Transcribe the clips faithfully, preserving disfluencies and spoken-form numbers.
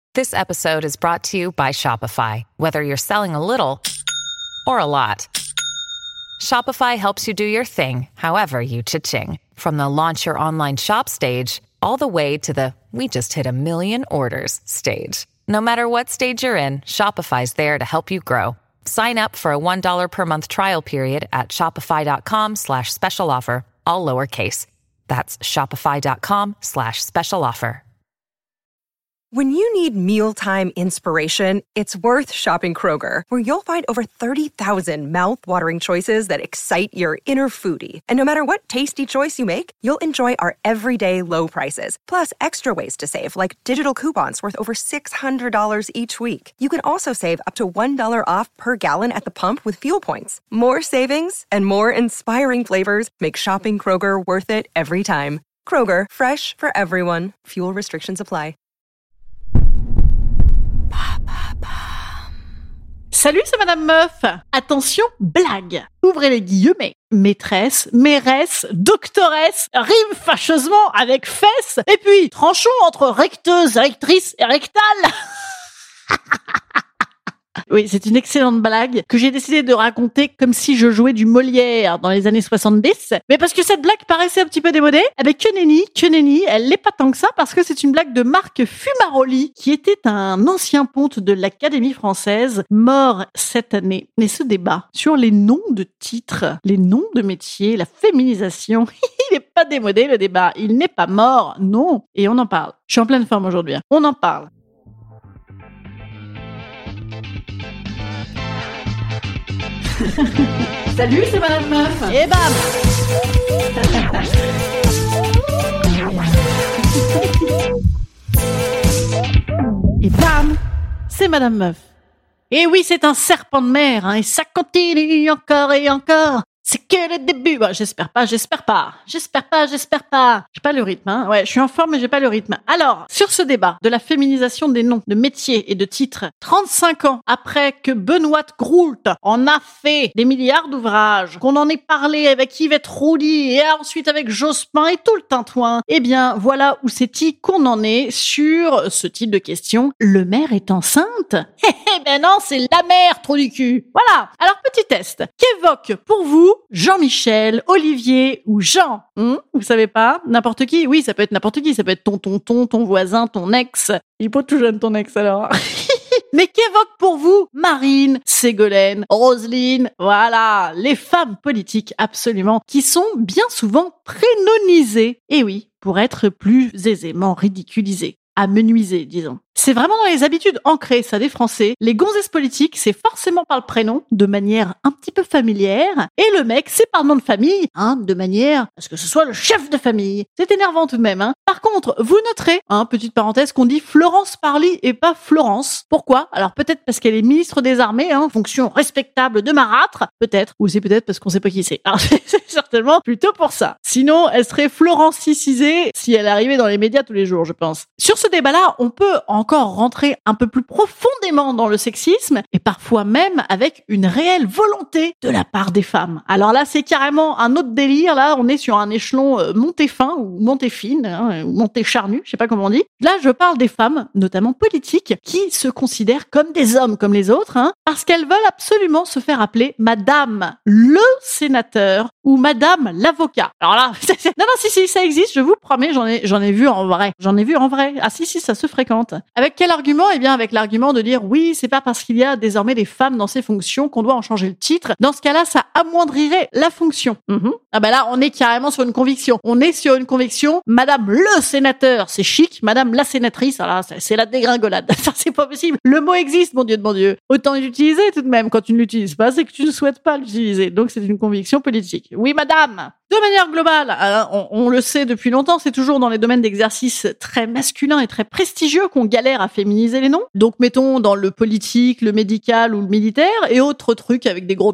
This episode is brought to you by Shopify. Whether you're selling a little or a lot, Shopify helps you do your thing, however you cha-ching. From the launch your online shop stage, all the way to the we just hit a million orders stage. No matter what stage you're in, Shopify's there to help you grow. Sign up for a one dollar per month trial period at shopify.com slash special offer, all lowercase. That's shopify.com slash special offer. When you need mealtime inspiration, it's worth shopping Kroger, where you'll find over thirty thousand mouth-watering choices that excite your inner foodie. And no matter what tasty choice you make, you'll enjoy our everyday low prices, plus extra ways to save, like digital coupons worth over six hundred dollars each week. You can also save up to one dollar off per gallon at the pump with fuel points. More savings and more inspiring flavors make shopping Kroger worth it every time. Kroger, fresh for everyone. Fuel restrictions apply. Salut, c'est Madame Meuf. Attention, blague. Ouvrez les guillemets. Maîtresse, mairesse, doctoresse, rime fâcheusement avec fesse. Et puis, tranchons entre recteuse, rectrice et rectale. Oui, c'est une excellente blague que j'ai décidé de raconter comme si je jouais du Molière dans les années soixante-dix. Mais parce que cette blague paraissait un petit peu démodée, avec que nenni, que nenni, elle l'est pas tant que ça parce que c'est une blague de Marc Fumaroli, qui était un ancien ponte de l'Académie française, mort cette année. Mais ce débat sur les noms de titres, les noms de métiers, la féminisation, il n'est pas démodé le débat, il n'est pas mort, non. Et on en parle. Je suis en pleine forme aujourd'hui, hein. On en parle. Salut, c'est Madame Meuf. Et bam. Et bam, c'est Madame Meuf. Et oui, c'est un serpent de mer, hein, et ça continue encore et encore. C'est que le début. Bon, j'espère pas, j'espère pas. J'espère pas, j'espère pas. J'ai pas le rythme, hein. Ouais, je suis en forme, mais j'ai pas le rythme. Alors, sur ce débat de la féminisation des noms, de métiers et de titres, trente-cinq ans après que Benoît Groult en a fait des milliards d'ouvrages, qu'on en ait parlé avec Yvette Roudy et ensuite avec Jospin et tout le tintouin, eh bien, voilà où c'est-il qu'on en est sur ce type de question. Le maire est enceinte? Eh ben non, c'est la mère, trop du cul. Voilà. Alors, petit test. Qu'évoque pour vous Jean-Michel, Olivier ou Jean? Hum, vous savez pas? N'importe qui? Oui, ça peut être n'importe qui. Ça peut être ton tonton, ton voisin, ton ex. Il est pas tout jeune, ton ex, alors. Mais qu'évoque pour vous Marine, Ségolène, Roselyne, voilà, les femmes politiques absolument, qui sont bien souvent prénonisées. Et oui, pour être plus aisément ridiculisées. Amenuisées, disons. C'est vraiment dans les habitudes ancrées, ça, des Français. Les gonzesses politiques, c'est forcément par le prénom, de manière un petit peu familière. Et le mec, c'est par le nom de famille, hein, de manière à ce que ce soit le chef de famille. C'est énervant tout de même, hein. Par contre, vous noterez, hein, petite parenthèse, qu'on dit Florence Parly et pas Florence. Pourquoi? Alors peut-être parce qu'elle est ministre des Armées, hein, fonction respectable de marâtre, peut-être. Ou c'est peut-être parce qu'on sait pas qui c'est. Alors c'est certainement plutôt pour ça. Sinon, elle serait Florencisée si elle arrivait dans les médias tous les jours, je pense. Sur ce débat-là, on peut encore rentrer un peu plus profondément dans le sexisme et parfois même avec une réelle volonté de la part des femmes. Alors là, c'est carrément un autre délire. Là, on est sur un échelon euh, montée fin ou montée fine, hein, ou montée charnue, je sais pas comment on dit. Là, je parle des femmes, notamment politiques, qui se considèrent comme des hommes comme les autres, hein, parce qu'elles veulent absolument se faire appeler Madame le sénateur ou Madame l'avocat. Alors là, non, non, si, si, ça existe, je vous promets, j'en ai, j'en ai vu en vrai. J'en ai vu en vrai. Ah si, si, ça se fréquente. Avec quel argument? Eh bien, avec l'argument de dire oui, c'est pas parce qu'il y a désormais des femmes dans ces fonctions qu'on doit en changer le titre. Dans ce cas-là, ça amoindrirait la fonction. Mm-hmm. Ah ben là, on est carrément sur une conviction. On est sur une conviction. Madame le sénateur, c'est chic. Madame la sénatrice, alors là, c'est la dégringolade. Ça, c'est pas possible. Le mot existe, mon Dieu de mon Dieu. Autant l'utiliser tout de même. Quand tu ne l'utilises pas, c'est que tu ne souhaites pas l'utiliser. Donc, c'est une conviction politique. Oui, madame. De manière globale, on, on le sait depuis longtemps, c'est toujours dans les domaines d'exercice très masculins et très prestigieux qu'on galère à féminiser les noms. Donc, mettons dans le politique, le médical ou le militaire et autres trucs avec des gros tuyaux.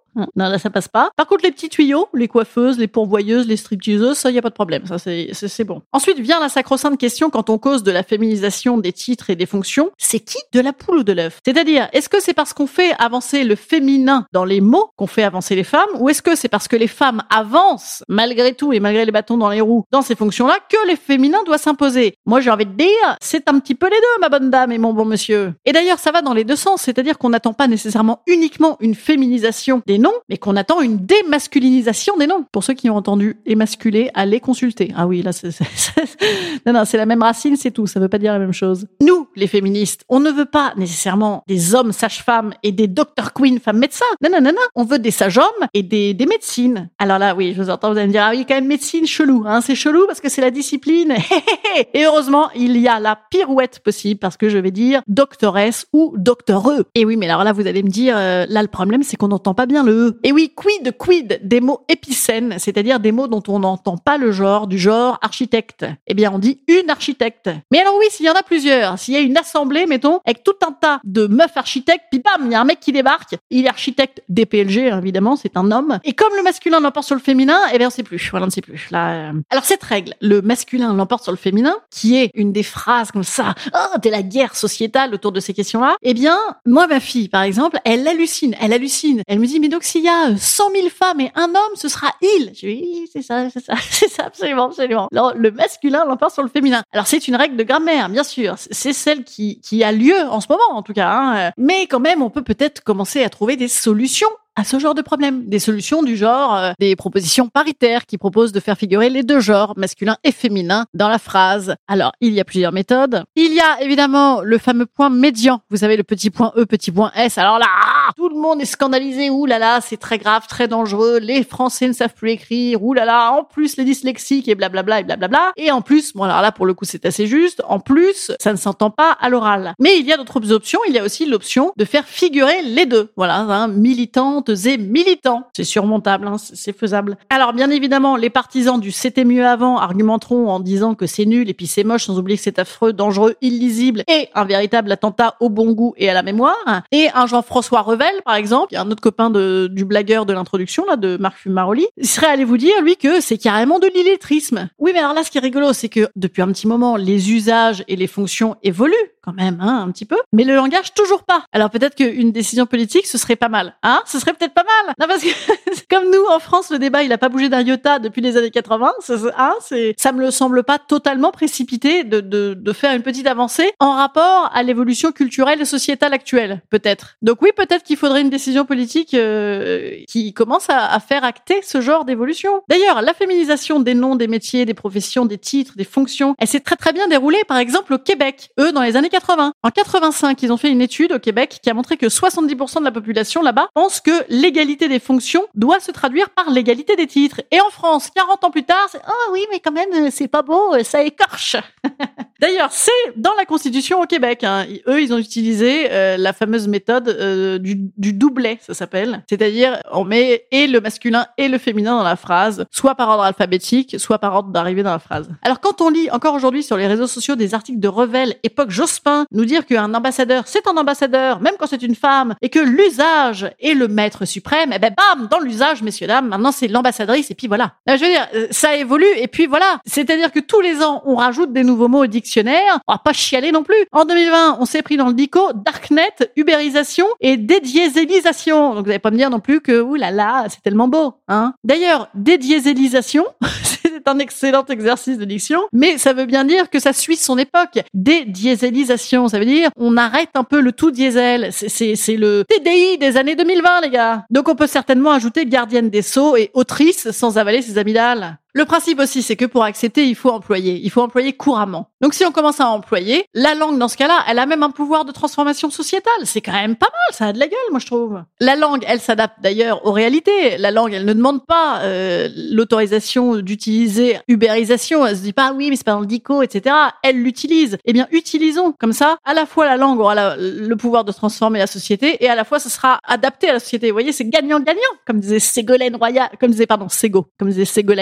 Non, là, ça passe pas. Par contre, les petits tuyaux, les coiffeuses, les pourvoyeuses, les stripteaseuses, ça, y a pas de problème. Ça, c'est, c'est, c'est bon. Ensuite vient la sacro-sainte question quand on cause de la féminisation des titres et des fonctions. C'est qui de la poule ou de l'œuf? C'est-à-dire, est-ce que c'est parce qu'on fait avancer le féminin dans les mots qu'on fait avancer les femmes, ou est-ce que c'est parce que les femmes avancent malgré tout et malgré les bâtons dans les roues dans ces fonctions-là que les féminins doivent s'imposer? Moi, j'ai envie de dire, c'est un petit peu les deux, ma bonne dame et mon bon monsieur. Et d'ailleurs, ça va dans les deux sens, c'est-à-dire qu'on n'attend pas nécessairement uniquement une féminisation des noms, mais qu'on attend une démasculinisation des noms. Pour ceux qui ont entendu émasculer, allez consulter. Ah oui, là, c'est, c'est, c'est... non, non, c'est la même racine, c'est tout. Ça veut pas dire la même chose. Nous, les féministes, on ne veut pas nécessairement des hommes sages-femmes et des docteurs queen femmes médecins. Non, non, non, non. On veut des sages-hommes et des, des médecines. Alors là, oui, je vous entends, vous allez me dire, ah oui, quand même, médecine chelou, hein. C'est chelou parce que c'est la discipline. Et heureusement, il y a la pirouette possible parce que je vais dire doctoresse ou docteureux. Et oui, mais alors là, vous allez me dire, euh, là, le problème, c'est qu'on n'entend pas bien le E. Et oui, quid, quid, des mots épicènes, c'est-à-dire des mots dont on n'entend pas le genre, du genre architecte. Eh bien, on dit une architecte. Mais alors oui, s'il y en a plusieurs, s'il y a une assemblée, mettons, avec tout un tas de meufs architectes, puis bam, il y a un mec qui débarque, il est architecte D P L G, évidemment, c'est un homme. Et comme le masculin l'emporte sur le féminin, eh bien, on sait plus. Voilà, on ne sait plus. Là, euh... Alors, cette règle, le masculin l'emporte sur le féminin, qui est une des phrases comme ça, oh, de la guerre sociétale autour de ces questions-là, eh bien, moi, ma fille, par exemple, elle hallucine, elle hallucine. Elle me dit, mais donc, s'il y a cent mille femmes et un homme, ce sera il. Je dis, oui, c'est ça, c'est ça, c'est ça, absolument, absolument. Alors, le masculin l'emporte sur le féminin. Alors, c'est une règle de grammaire, bien sûr. C'est celle qui, qui a lieu en ce moment, en tout cas, hein. Mais quand même, on peut peut-être commencer à trouver des solutions à ce genre de problème. Des solutions du genre, euh, des propositions paritaires qui proposent de faire figurer les deux genres, masculin et féminin, dans la phrase. Alors, il y a plusieurs méthodes. Il y a évidemment le fameux point médian. Vous savez, le petit point E, petit point S. Alors là, tout le monde est scandalisé. Ouh là là, c'est très grave, très dangereux. Les Français ne savent plus écrire. Ouh là là, en plus, les dyslexiques et blablabla et blablabla. Et en plus, bon alors là, pour le coup, c'est assez juste. En plus, ça ne s'entend pas à l'oral. Mais il y a d'autres options. Il y a aussi l'option de faire figurer les deux. Voilà, hein, militante et militants. C'est surmontable, hein, c'est faisable. Alors, bien évidemment, les partisans du c'était mieux avant argumenteront en disant que c'est nul et puis c'est moche, sans oublier que c'est affreux, dangereux, illisible et un véritable attentat au bon goût et à la mémoire. Et un Jean-François Revel, par exemple, il y a un autre copain de, du blagueur de l'introduction, là, de Marc Fumaroli, il serait allé vous dire, lui, que c'est carrément de l'illettrisme. Oui, mais alors là, ce qui est rigolo, c'est que depuis un petit moment, les usages et les fonctions évoluent, quand même, hein, un petit peu, mais le langage, toujours pas. Alors peut-être qu'une décision politique, ce serait pas mal, hein, ce serait peut-être pas mal. Non, parce que, comme nous, en France, le débat, il a pas bougé d'un iota depuis les années quatre-vingts, ça, hein, c'est, ça me semble pas totalement précipité de, de, de faire une petite avancée en rapport à l'évolution culturelle et sociétale actuelle, peut-être. Donc oui, peut-être qu'il faudrait une décision politique euh, qui commence à, à faire acter ce genre d'évolution. D'ailleurs, la féminisation des noms, des métiers, des professions, des titres, des fonctions, elle s'est très très bien déroulée, par exemple, au Québec. Eux, dans les années quatre-vingts. En quatre-vingt-cinq, ils ont fait une étude au Québec qui a montré que soixante-dix pour cent de la population là-bas pense que l'égalité des fonctions doit se traduire par l'égalité des titres. Et en France, quarante ans plus tard, c'est « Oh oui, mais quand même, c'est pas beau, ça écorche !» D'ailleurs, c'est dans la Constitution au Québec. Hein. Eux, ils ont utilisé euh, la fameuse méthode euh, du, du doublet, ça s'appelle. C'est-à-dire, on met et le masculin et le féminin dans la phrase, soit par ordre alphabétique, soit par ordre d'arrivée dans la phrase. Alors, quand on lit encore aujourd'hui sur les réseaux sociaux des articles de Revel, époque Jospin, nous dire qu'un ambassadeur, c'est un ambassadeur, même quand c'est une femme, et que l'usage est le maître suprême, et ben bam, dans l'usage, messieurs, dames, maintenant c'est l'ambassadrice, et puis voilà. Là, je veux dire, ça évolue, et puis voilà. C'est-à-dire que tous les ans, on rajoute des nouveaux mots au dictionnaire. On va pas chialer non plus. En deux mille vingt, on s'est pris dans le dico darknet, ubérisation et dédiésélisation. Donc vous n'allez pas me dire non plus que oulala, c'est tellement beau, hein. D'ailleurs, dédiésélisation, c'est un excellent exercice de diction, mais ça veut bien dire que ça suit son époque. Dédiésélisation, ça veut dire on arrête un peu le tout diesel. C'est, c'est, c'est le T D I des années deux mille vingt, les gars. Donc on peut certainement ajouter gardienne des sceaux et autrice sans avaler ses amygdales. Le principe aussi, c'est que pour accepter, il faut employer. Il faut employer couramment. Donc si on commence à employer, la langue, dans ce cas-là, elle a même un pouvoir de transformation sociétale. C'est quand même pas mal, ça a de la gueule, moi je trouve. La langue, elle s'adapte d'ailleurs aux réalités. La langue, elle ne demande pas euh, l'autorisation d'utiliser ubérisation. Elle se dit pas, oui, mais c'est pas dans le dico, et cetera. Elle l'utilise. Eh bien, utilisons. Comme ça, à la fois la langue aura la, le pouvoir de transformer la société et à la fois, ça sera adapté à la société. Vous voyez, c'est gagnant-gagnant, comme disait Ségolène Royal, comme disait, pardon, Ségo, comme disait Ségolène.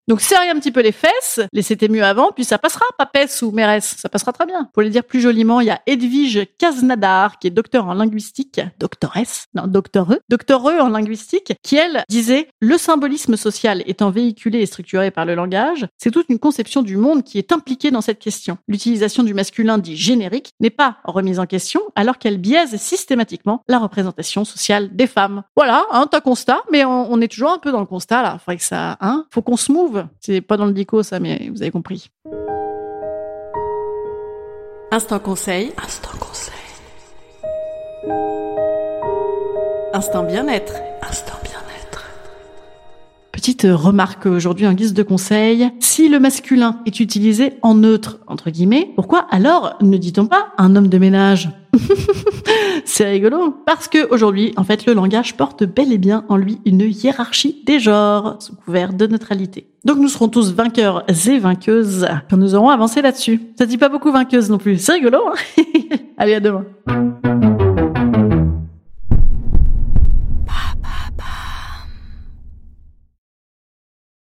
Donc serrez un petit peu les fesses, laissez tes mieux avant, puis ça passera, papesse ou mairesse, ça passera très bien. Pour les dire plus joliment, il y a Edwige Kaznadar, qui est docteur en linguistique, doctoresse, non, doctoreux, doctoreux en linguistique, qui elle disait « Le symbolisme social étant véhiculé et structuré par le langage, c'est toute une conception du monde qui est impliquée dans cette question. L'utilisation du masculin dit générique n'est pas remise en question, alors qu'elle biaise systématiquement la représentation sociale des femmes. » Voilà, hein, t'as constat, mais on, on est toujours un peu dans le constat là. Faudrait que ça, hein, faut qu'on se move. C'est pas dans le dico ça, mais vous avez compris. Instant conseil. Instant conseil. Instant bien-être. Instant bien-être. Petite remarque aujourd'hui en guise de conseil. Si le masculin est utilisé en neutre, entre guillemets, pourquoi alors ne dit-on pas un homme de ménage ? C'est rigolo. Parce que aujourd'hui, en fait, le langage porte bel et bien en lui une hiérarchie des genres, sous couvert de neutralité. Donc nous serons tous vainqueurs et vainqueuses quand nous aurons avancé là-dessus. Ça dit pas beaucoup vainqueuse non plus. C'est rigolo, hein ? Allez, à demain.